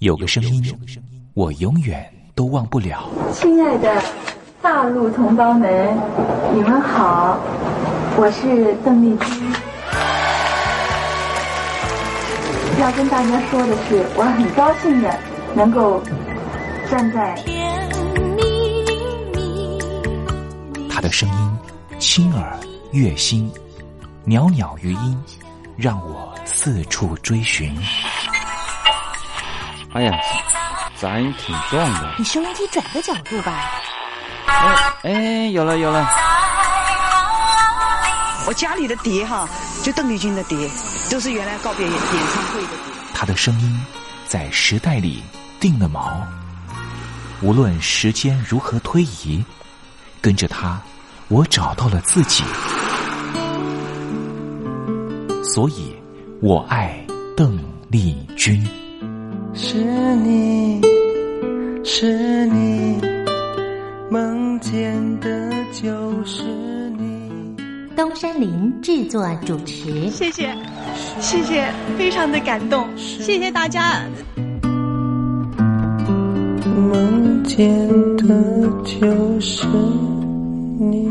有个声音，我永远都忘不了。 亲爱的大陆同胞们，你们好，我是邓丽君。要跟大家说的是，我很高兴的能够站在她的声音轻耳悦心，袅袅余音，让我四处追寻。 哎呀，咱挺壮的。 你收音机转个角度吧。 哎，有了。 我家里的碟哈，就邓丽君的碟，都是原来告别演唱会的碟。 她的声音在时代里定了锚，无论时间如何推移，跟着她，我找到了自己。所以，我爱邓丽君。 是你，梦见的就是你。 东山林制作主持。 谢谢，非常的感动，谢谢大家。 梦见的就是你。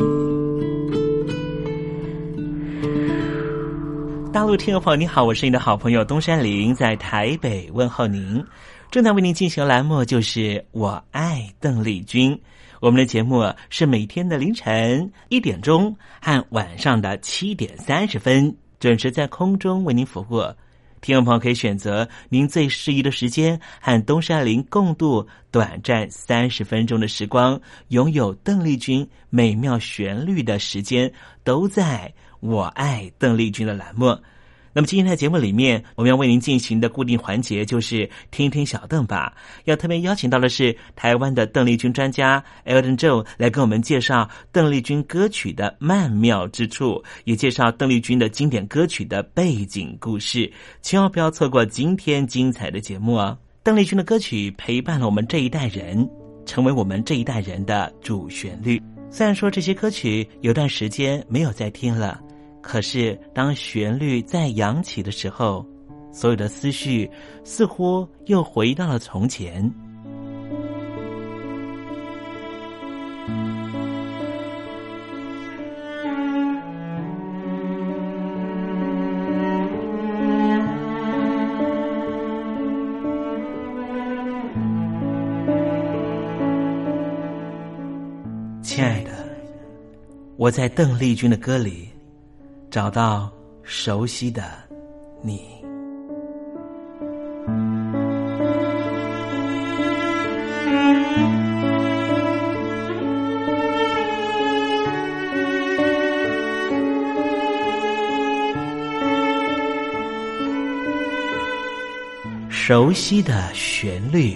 大陆听众朋友你好，我是你的好朋友东山林，在台北问候您。正在为您进行的栏目就是我爱邓丽君。我们的节目是每天的凌晨1点钟和晚上的7点30分准时在空中为您服务。听众朋友可以选择您最适宜的时间，和东山林共度短暂30分钟的时光，拥有邓丽君美妙旋律的时间，都在我爱邓丽君的栏目。那么今天的节目里面，我们要为您进行的固定环节就是听听小邓吧。要特别邀请到的是台湾的邓丽君专家 Elton Joe 来跟我们介绍邓丽君歌曲的曼妙之处，也介绍邓丽君的经典歌曲的背景故事。千万不要错过今天精彩的节目哦。邓丽君的歌曲陪伴了我们这一代人，成为我们这一代人的主旋律。虽然说这些歌曲有段时间没有再听了，可是当旋律再扬起的时候，所有的思绪似乎又回到了从前。亲爱的，我在邓丽君的歌里找到熟悉的你。熟悉的旋律，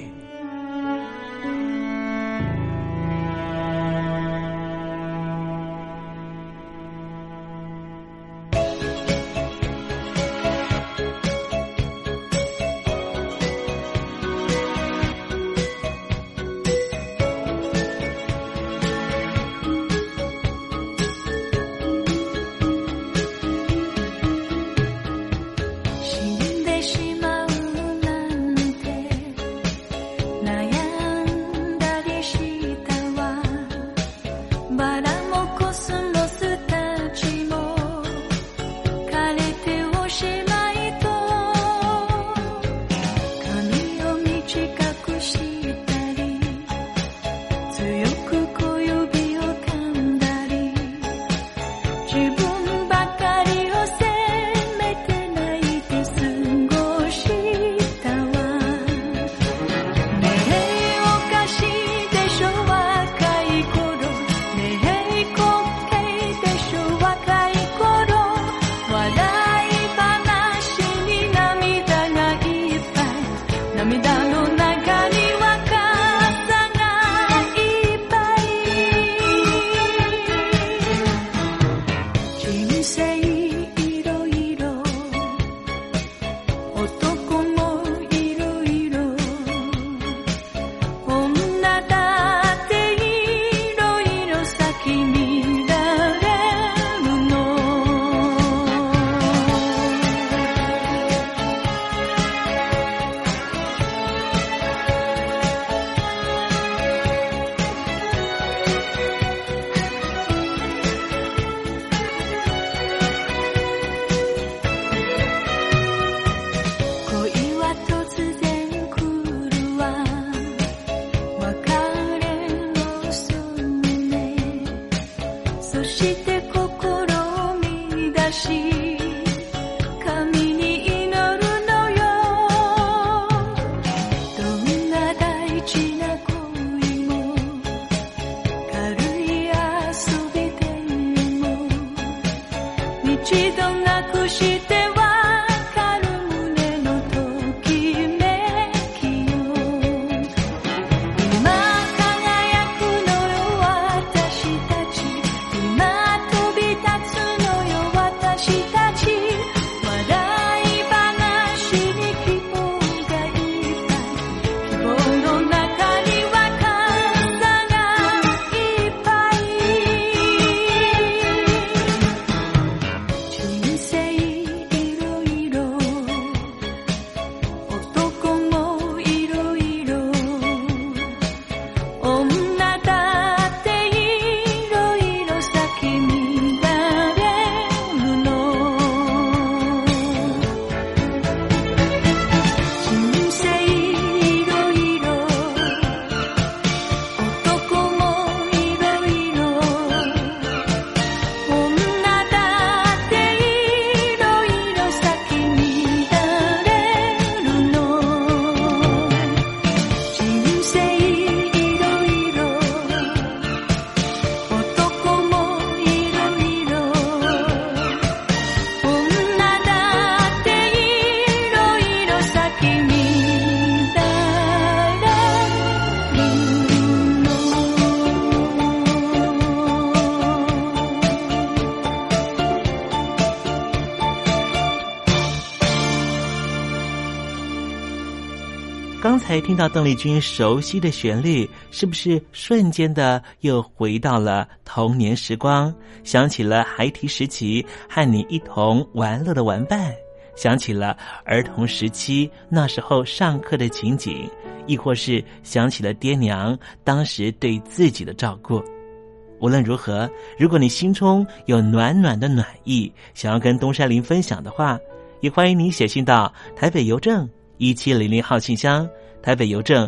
刚才听到邓丽君熟悉的旋律，是不是瞬间的又回到了童年时光，想起了孩提时期和你一同玩乐的玩伴，想起了儿童时期那时候上课的情景，亦或是想起了爹娘当时对自己的照顾。无论如何，如果你心中有暖暖的暖意，想要跟东山林分享的话，也欢迎你写信到台北邮政1700号信箱，台北邮政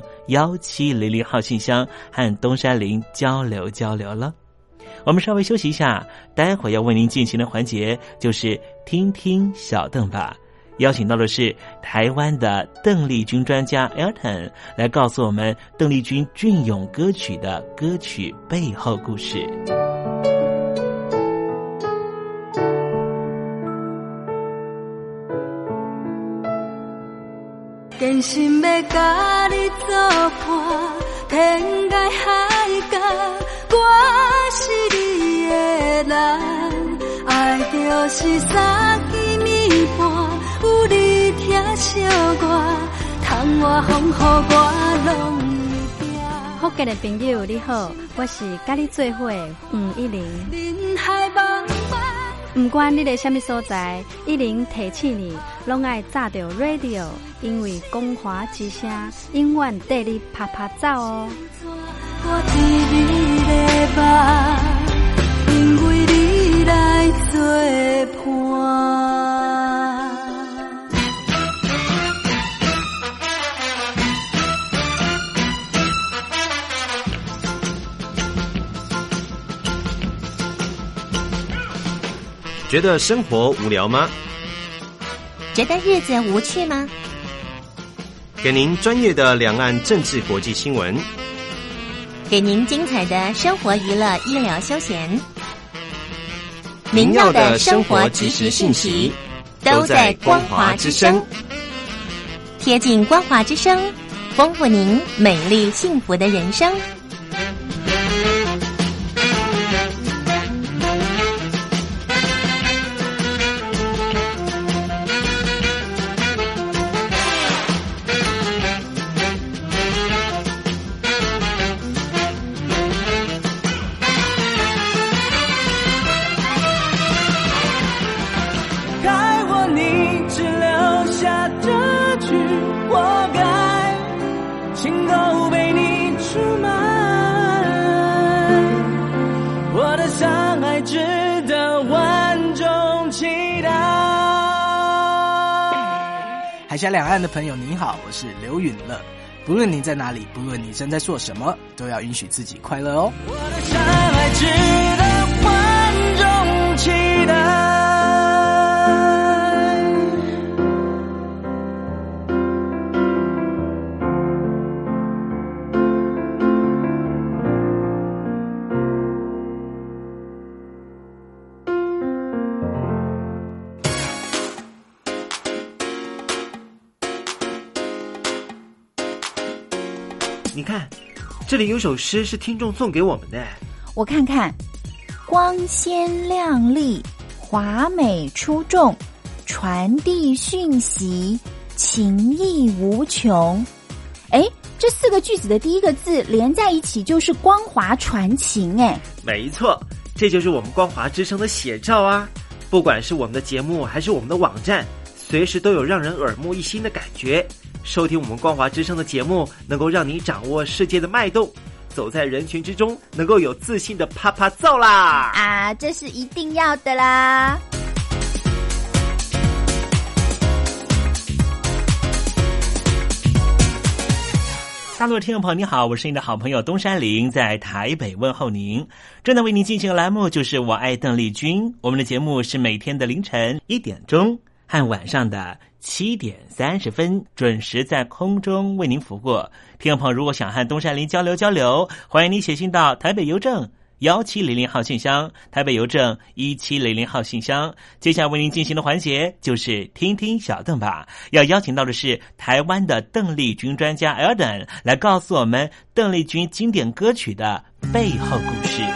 1700号信箱，和东山林交流了。我们稍微休息一下，待会要为您进行的环节就是听听小邓吧。邀请到的是台湾的邓丽君专家 Elton 来告诉我们邓丽君隽永歌曲的歌曲背后故事。 真心要甲你作伴，天涯海角，我是你的人，爱就是三更暝半，有你疼惜我，窗外风雨我拢会惊。 福建的朋友你好，我是甲你做伙吴一玲。 人海茫茫， 不管你在什么所在，一玲提醒你，拢爱炸着 radio， 因为光华之声永远带你啪啪走哦。 我伫你的梦，因为你来作伴。 觉得生活无聊吗？ 觉得日子无趣吗？ 给您专业的两岸政治国际新闻， 给您精彩的生活娱乐医疗休闲，您要的生活即时信息都在光华之声，贴近光华之声，丰富您美丽幸福的人生。 海峡两岸的朋友您好，我是刘允乐。不论你在哪里，不论你正在做什么，都要允许自己快乐哦。我的山海值得万众期待。 你看，这里有首诗是听众送给我们的。 我看看，光鲜亮丽，华美出众，传递讯息，情意无穷。哎，这4个句子的第一个字连在一起就是光华传情。哎， 没错，这就是我们光华之声的写照啊！不管是我们的节目还是我们的网站，随时都有让人耳目一新的感觉。收听我们光华之声的节目，能够让你掌握世界的脉动，走在人群之中，能够有自信的啪啪照啦！ 啊，这是一定要的啦！ 大陆的听众朋友你好，我是您的好朋友东山林，在台北问候您。正在为您进行的栏目就是我爱邓丽君，我们的节目是每天的凌晨1点钟和晚上的7点30分准时在空中为您服务。听众朋友如果想和东山林交流，欢迎你写信到台北邮政1700号信箱，台北邮政1700号信箱。接下来为您进行的环节就是听听小邓吧，要邀请到的是台湾的邓丽君专家 Elden 来告诉我们邓丽君经典歌曲的背后故事。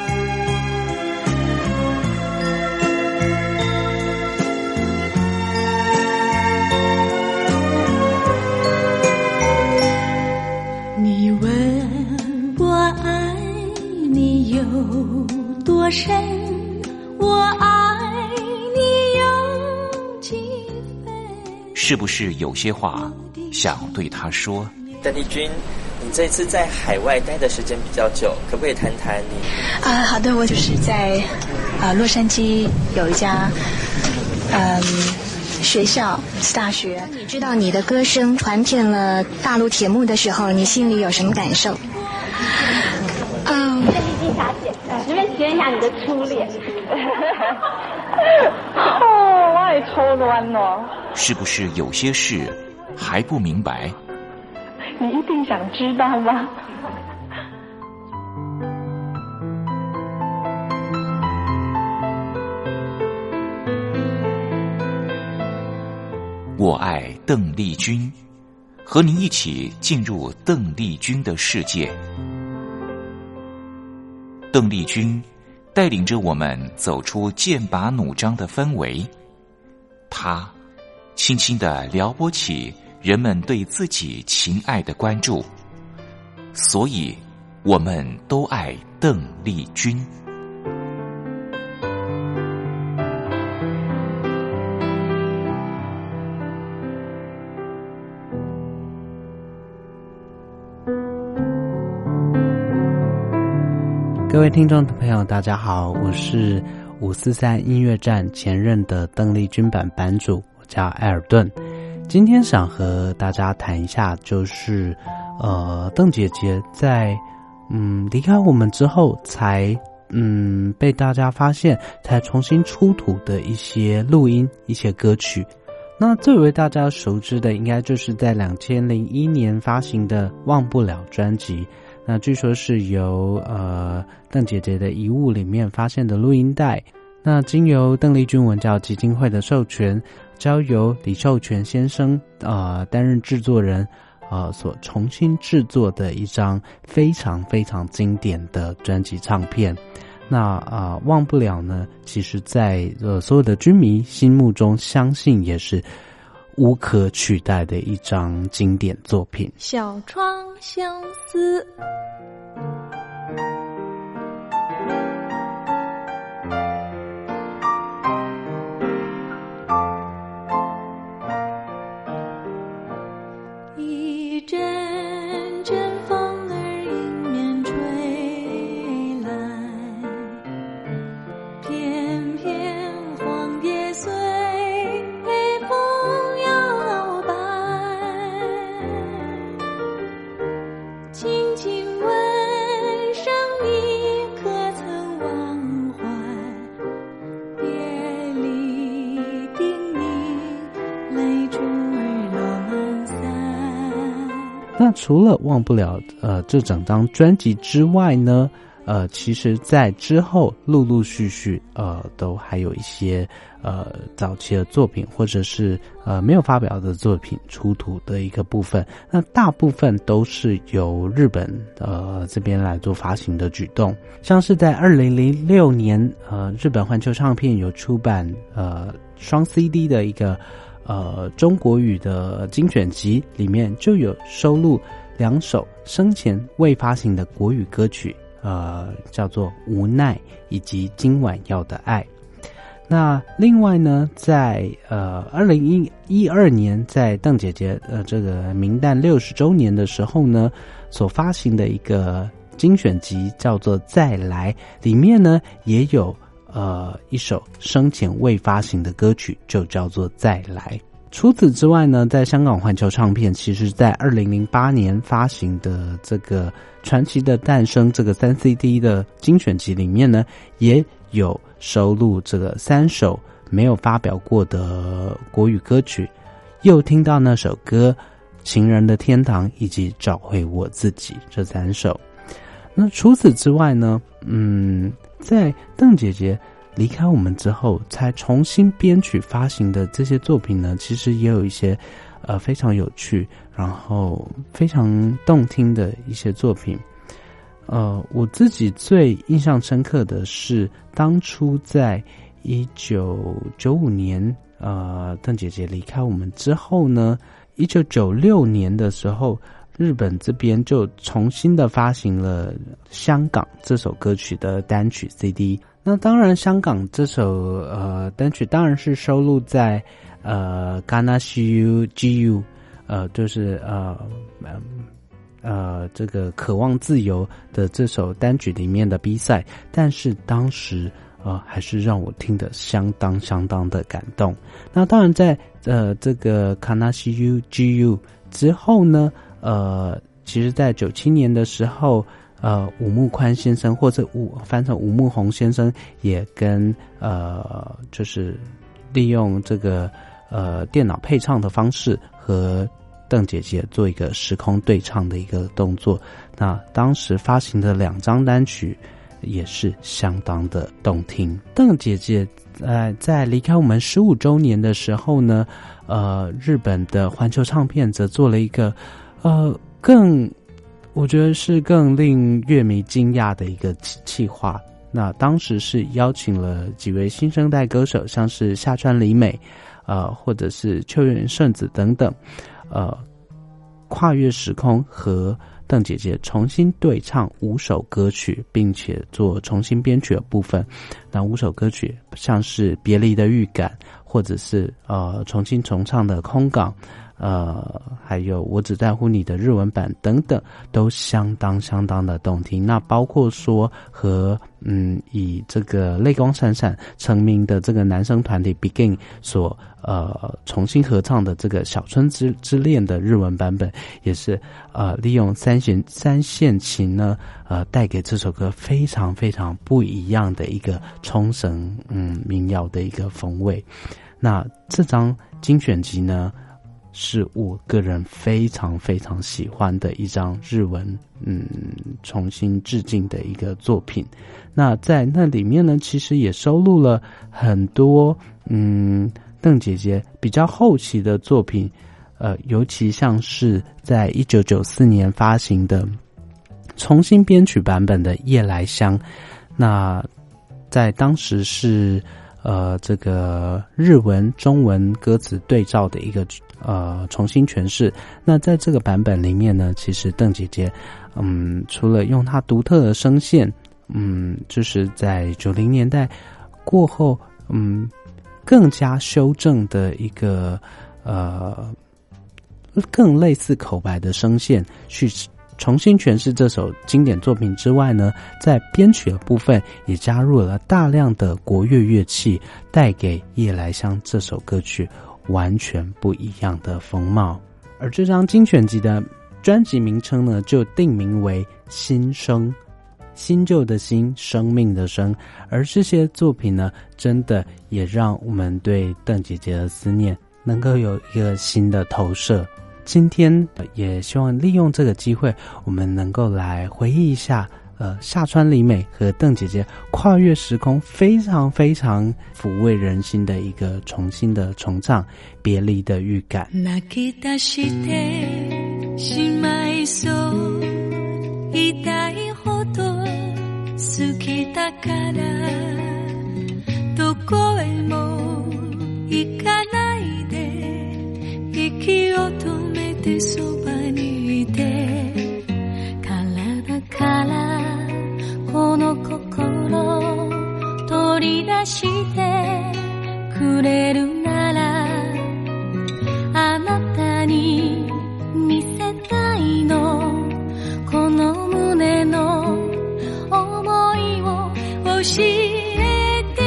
你问我爱你有多深，我爱你有几分。 是不是有些话想对他说？ 邓丽君，你这次在海外待的时间比较久，可不可以谈谈你？ 好的，我就是在洛杉矶有一家学校大学。 你知道你的歌声传遍了大陆铁幕的时候，你心里有什么感受？ 邓丽君小姐，随便体验一下你的初恋。 我也超乱哦。 是不是有些事还不明白？ 你一定想知道吗？ 我爱邓丽君，和您一起进入邓丽君的世界。邓丽君带领着我们走出剑拔弩张的氛围，她轻轻地撩拨起人们对自己情爱的关注，所以我们都爱邓丽君。 各位听众朋友大家好，我是543音乐站前任的邓丽君版版主，我叫艾尔顿。今天想和大家谈一下，就是邓姐姐在离开我们之后才被大家发现，才重新出土的一些录音，一些歌曲。那最为大家熟知的应该就是在2001年发行的《忘不了》专辑，那据说是由邓姐姐的遗物里面发现的录音带，那经由邓丽君文教基金会的授权，交由李寿全先生担任制作人所重新制作的一张非常非常经典的专辑唱片。那忘不了呢，其实在所有的军迷心目中，相信也是无可取代的一张经典作品。 小窗相思，一阵阵风儿迎面吹来，片片黄蝶随风摇摆，轻轻问声你可曾忘怀，别离叮咛，泪珠儿落满腮。 那除了忘不了这整张专辑之外呢， 其实在之后陆陆续续都还有一些早期的作品或者是没有发表的作品出土的一个部分，那大部分都是由日本这边来做发行的举动。像是在2006年日本环球唱片有出版双 CD 的一个中国语的精选集，里面就有收录2首生前未发行的国语歌曲，叫做《无奈》以及《今晚要的爱》。那另外呢，在2012年，在邓姐姐这个明旦60周年的时候呢，所发行的一个精选集叫做《再来》，里面呢也有一首生前未发行的歌曲，就叫做《再来》。除此之外呢，在香港环球唱片，其实在2008年发行的这个传奇的诞生这个3CD 的精选集里面呢，也有收录这个3首没有发表过的国语歌曲，又听到那首歌《情人的天堂》以及《找回我自己》这3首。那除此之外呢，在邓姐姐离开我们之后才重新编曲发行的这些作品呢，其实也有一些非常有趣然后非常动听的一些作品。我自己最印象深刻的是当初在1995年邓姐姐离开我们之后呢，1996年的时候，日本这边就重新的发行了香港这首歌曲的单曲 CD。那当然香港这首单曲当然是收录在Kanashiu Giu 就是这个渴望自由的这首单曲里面的 B 赛，但是当时还是让我听得相当的感动。那当然在这个 Kanashiu Giu 之后呢，其实在97年的时候武木宽先生或者翻成武木宏先生也跟就是利用这个电脑配唱的方式和邓姐姐做一个时空对唱的一个动作。那当时发行的2张单曲也是相当的动听。邓姐姐在离开我们15周年的时候呢，日本的环球唱片则做了一个我觉得是更令乐迷惊讶的一个企划。那当时是邀请了几位新生代歌手，像是夏川里美或者是秋元圣子等等，跨越时空和邓姐姐重新对唱5首歌曲，并且做重新编曲的部分。那5首歌曲像是别离的预感，或者是重新重唱的空港，还有我只在乎你的日文版等等，都相当的动听。那包括说和以这个泪光闪闪成名的这个男生团体 Begin 所重新合唱的这个小春之恋的日文版本，也是利用三线琴呢带给这首歌非常不一样的一个冲绳民谣的一个风味。那这张精选集呢，是我个人非常喜欢的一张日文重新致敬的一个作品。那在那里面呢，其实也收录了很多邓姐姐比较后期的作品，尤其像是在1994年发行的重新编曲版本的《夜来香》，那在当时是这个日文中文歌词对照的一个重新诠释。那在这个版本里面呢，其实邓姐姐除了用她独特的声线就是在90年代过后更加修正的一个更类似口白的声线去重新诠释这首经典作品之外呢，在编曲的部分也加入了大量的国乐乐器，带给《夜来香》这首歌曲完全不一样的风貌。而这张精选集的专辑名称呢，就定名为新生，新旧的新，生命的生。而这些作品呢，真的也让我们对邓姐姐的思念能够有一个新的投射。今天也希望利用这个机会，我们能够来回忆一下夏川里美和邓姐姐跨越时空，非常非常抚慰人心的一个重新的重唱别离的预感。 泣き出してしまいそう痛いほど好きだからどこへも行かないで息を止めてそばにいて体からこの心取り出してくれるならあなたに見せたいのこの胸の思いを教えて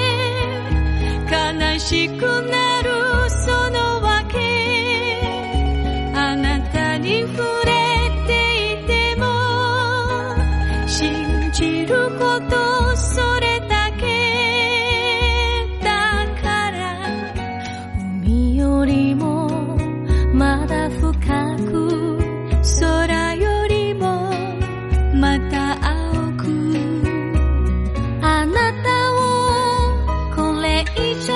悲しくなるその訳あなたに触れていても信じることそれだけだから海よりもまだ深く空よりもまた青くあなたをこれ以上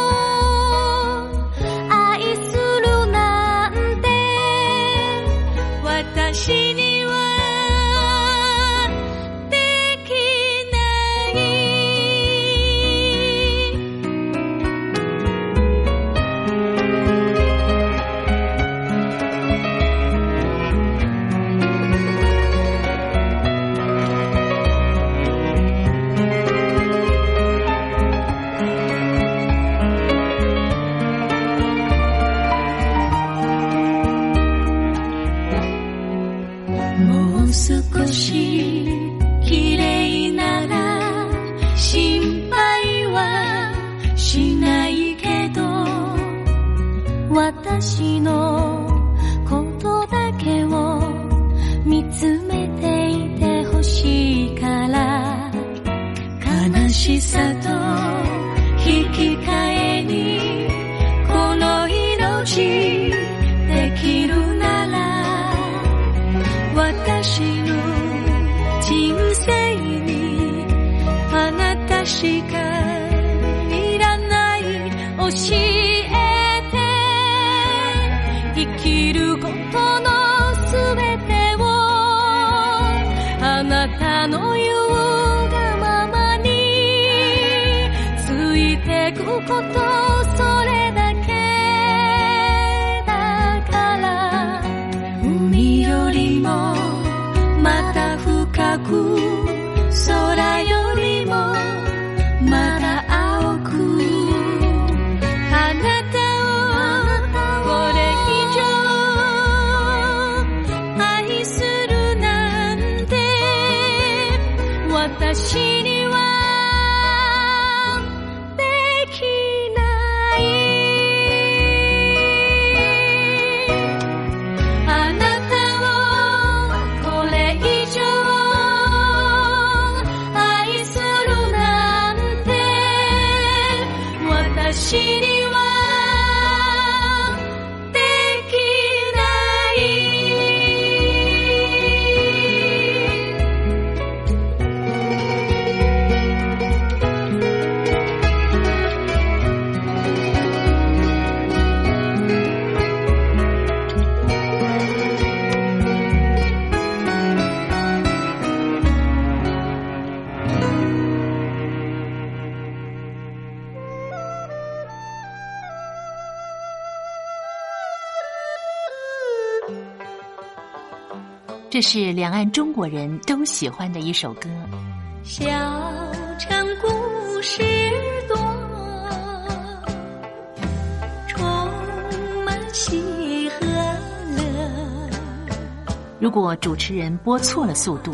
愛するなんて私にはできないもう少し綺麗なら心配はしないけど私のことだけを見つめていてほしいから悲しさと引き換えにこの命できるなら私の人生にあなたしかいらない教えて生きることのすべてをあなたの言うがままについてくことそれだけだから海よりもまた深く空よりもまだ青くあなたをこれ以上愛するなんて私にはできないあなたをこれ以上愛するなんて私にはできない这是两岸中国人都喜欢的一首歌。 小城故事多，充满喜和乐。 如果主持人播错了速度，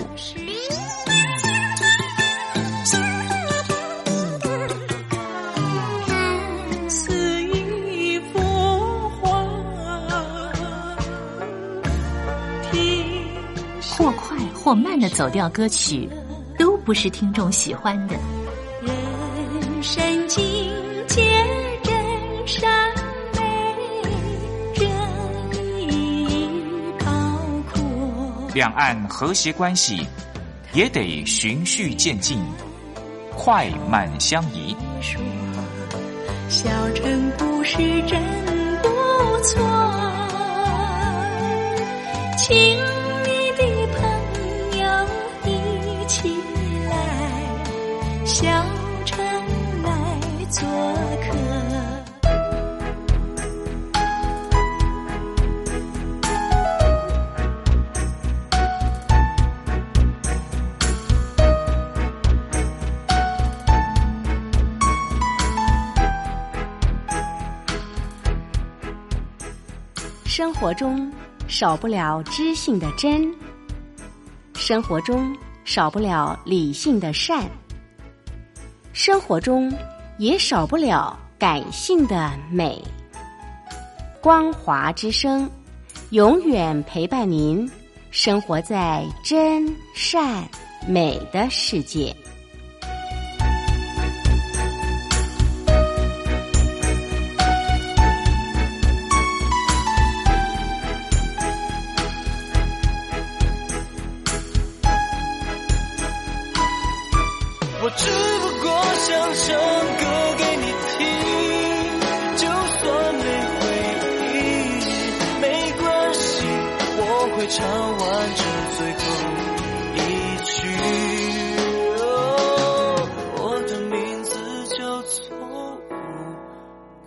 似一幅画， 或快或慢的走调歌曲，都不是听众喜欢的。 人生境界真善美，真意高阔。 两岸和谐关系， 也得循序渐进，快慢相宜。 小城故事真不错，请你的朋友一起来小城来做客。 生活中少不了知性的真，生活中少不了理性的善，生活中也少不了感性的美。光华之声永远陪伴您生活在真善美的世界。 我只不过想唱歌给你听，就算没回应没关系，我会唱完这最后一句。我的名字叫做吴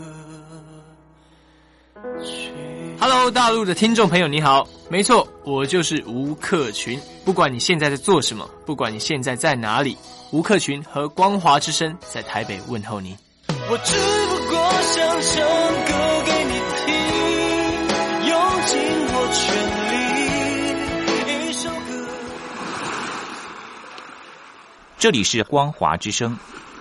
克群。 Hello， 大陆的听众朋友你好，没错，我就是吴克群。不管你现在在做什么，不管你现在在哪里，吴克群和光华之声在台北问候您。 我只不过想唱歌给你听，用尽我全力，一首歌。 这里是光华之声。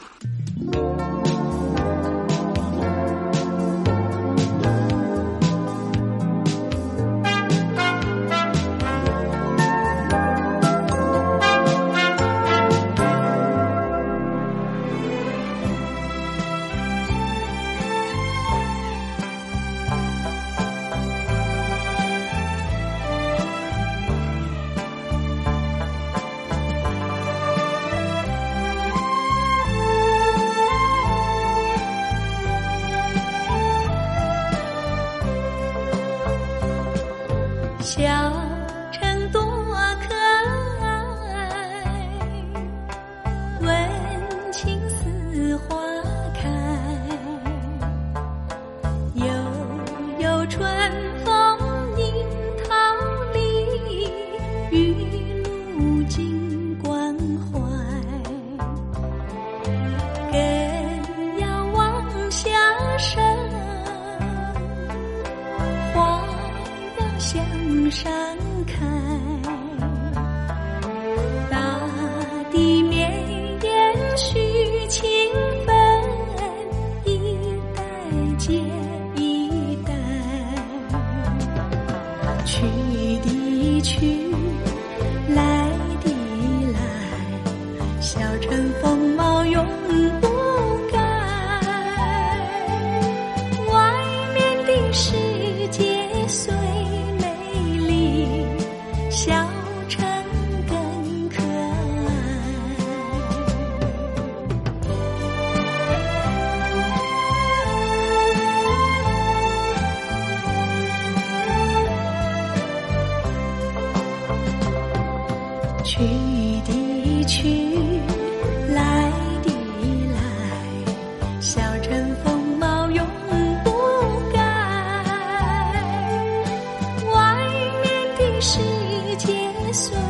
小城多可爱，温情似花开，悠悠春风迎桃李，雨露尽关怀，更要往下深，花向上开，大地绵延续情分，一代接一代，去的去，来的来，小城风貌永不改，外面的世界虽小城更可爱，去的去，来的来，小城风貌永不改，外面的世界虽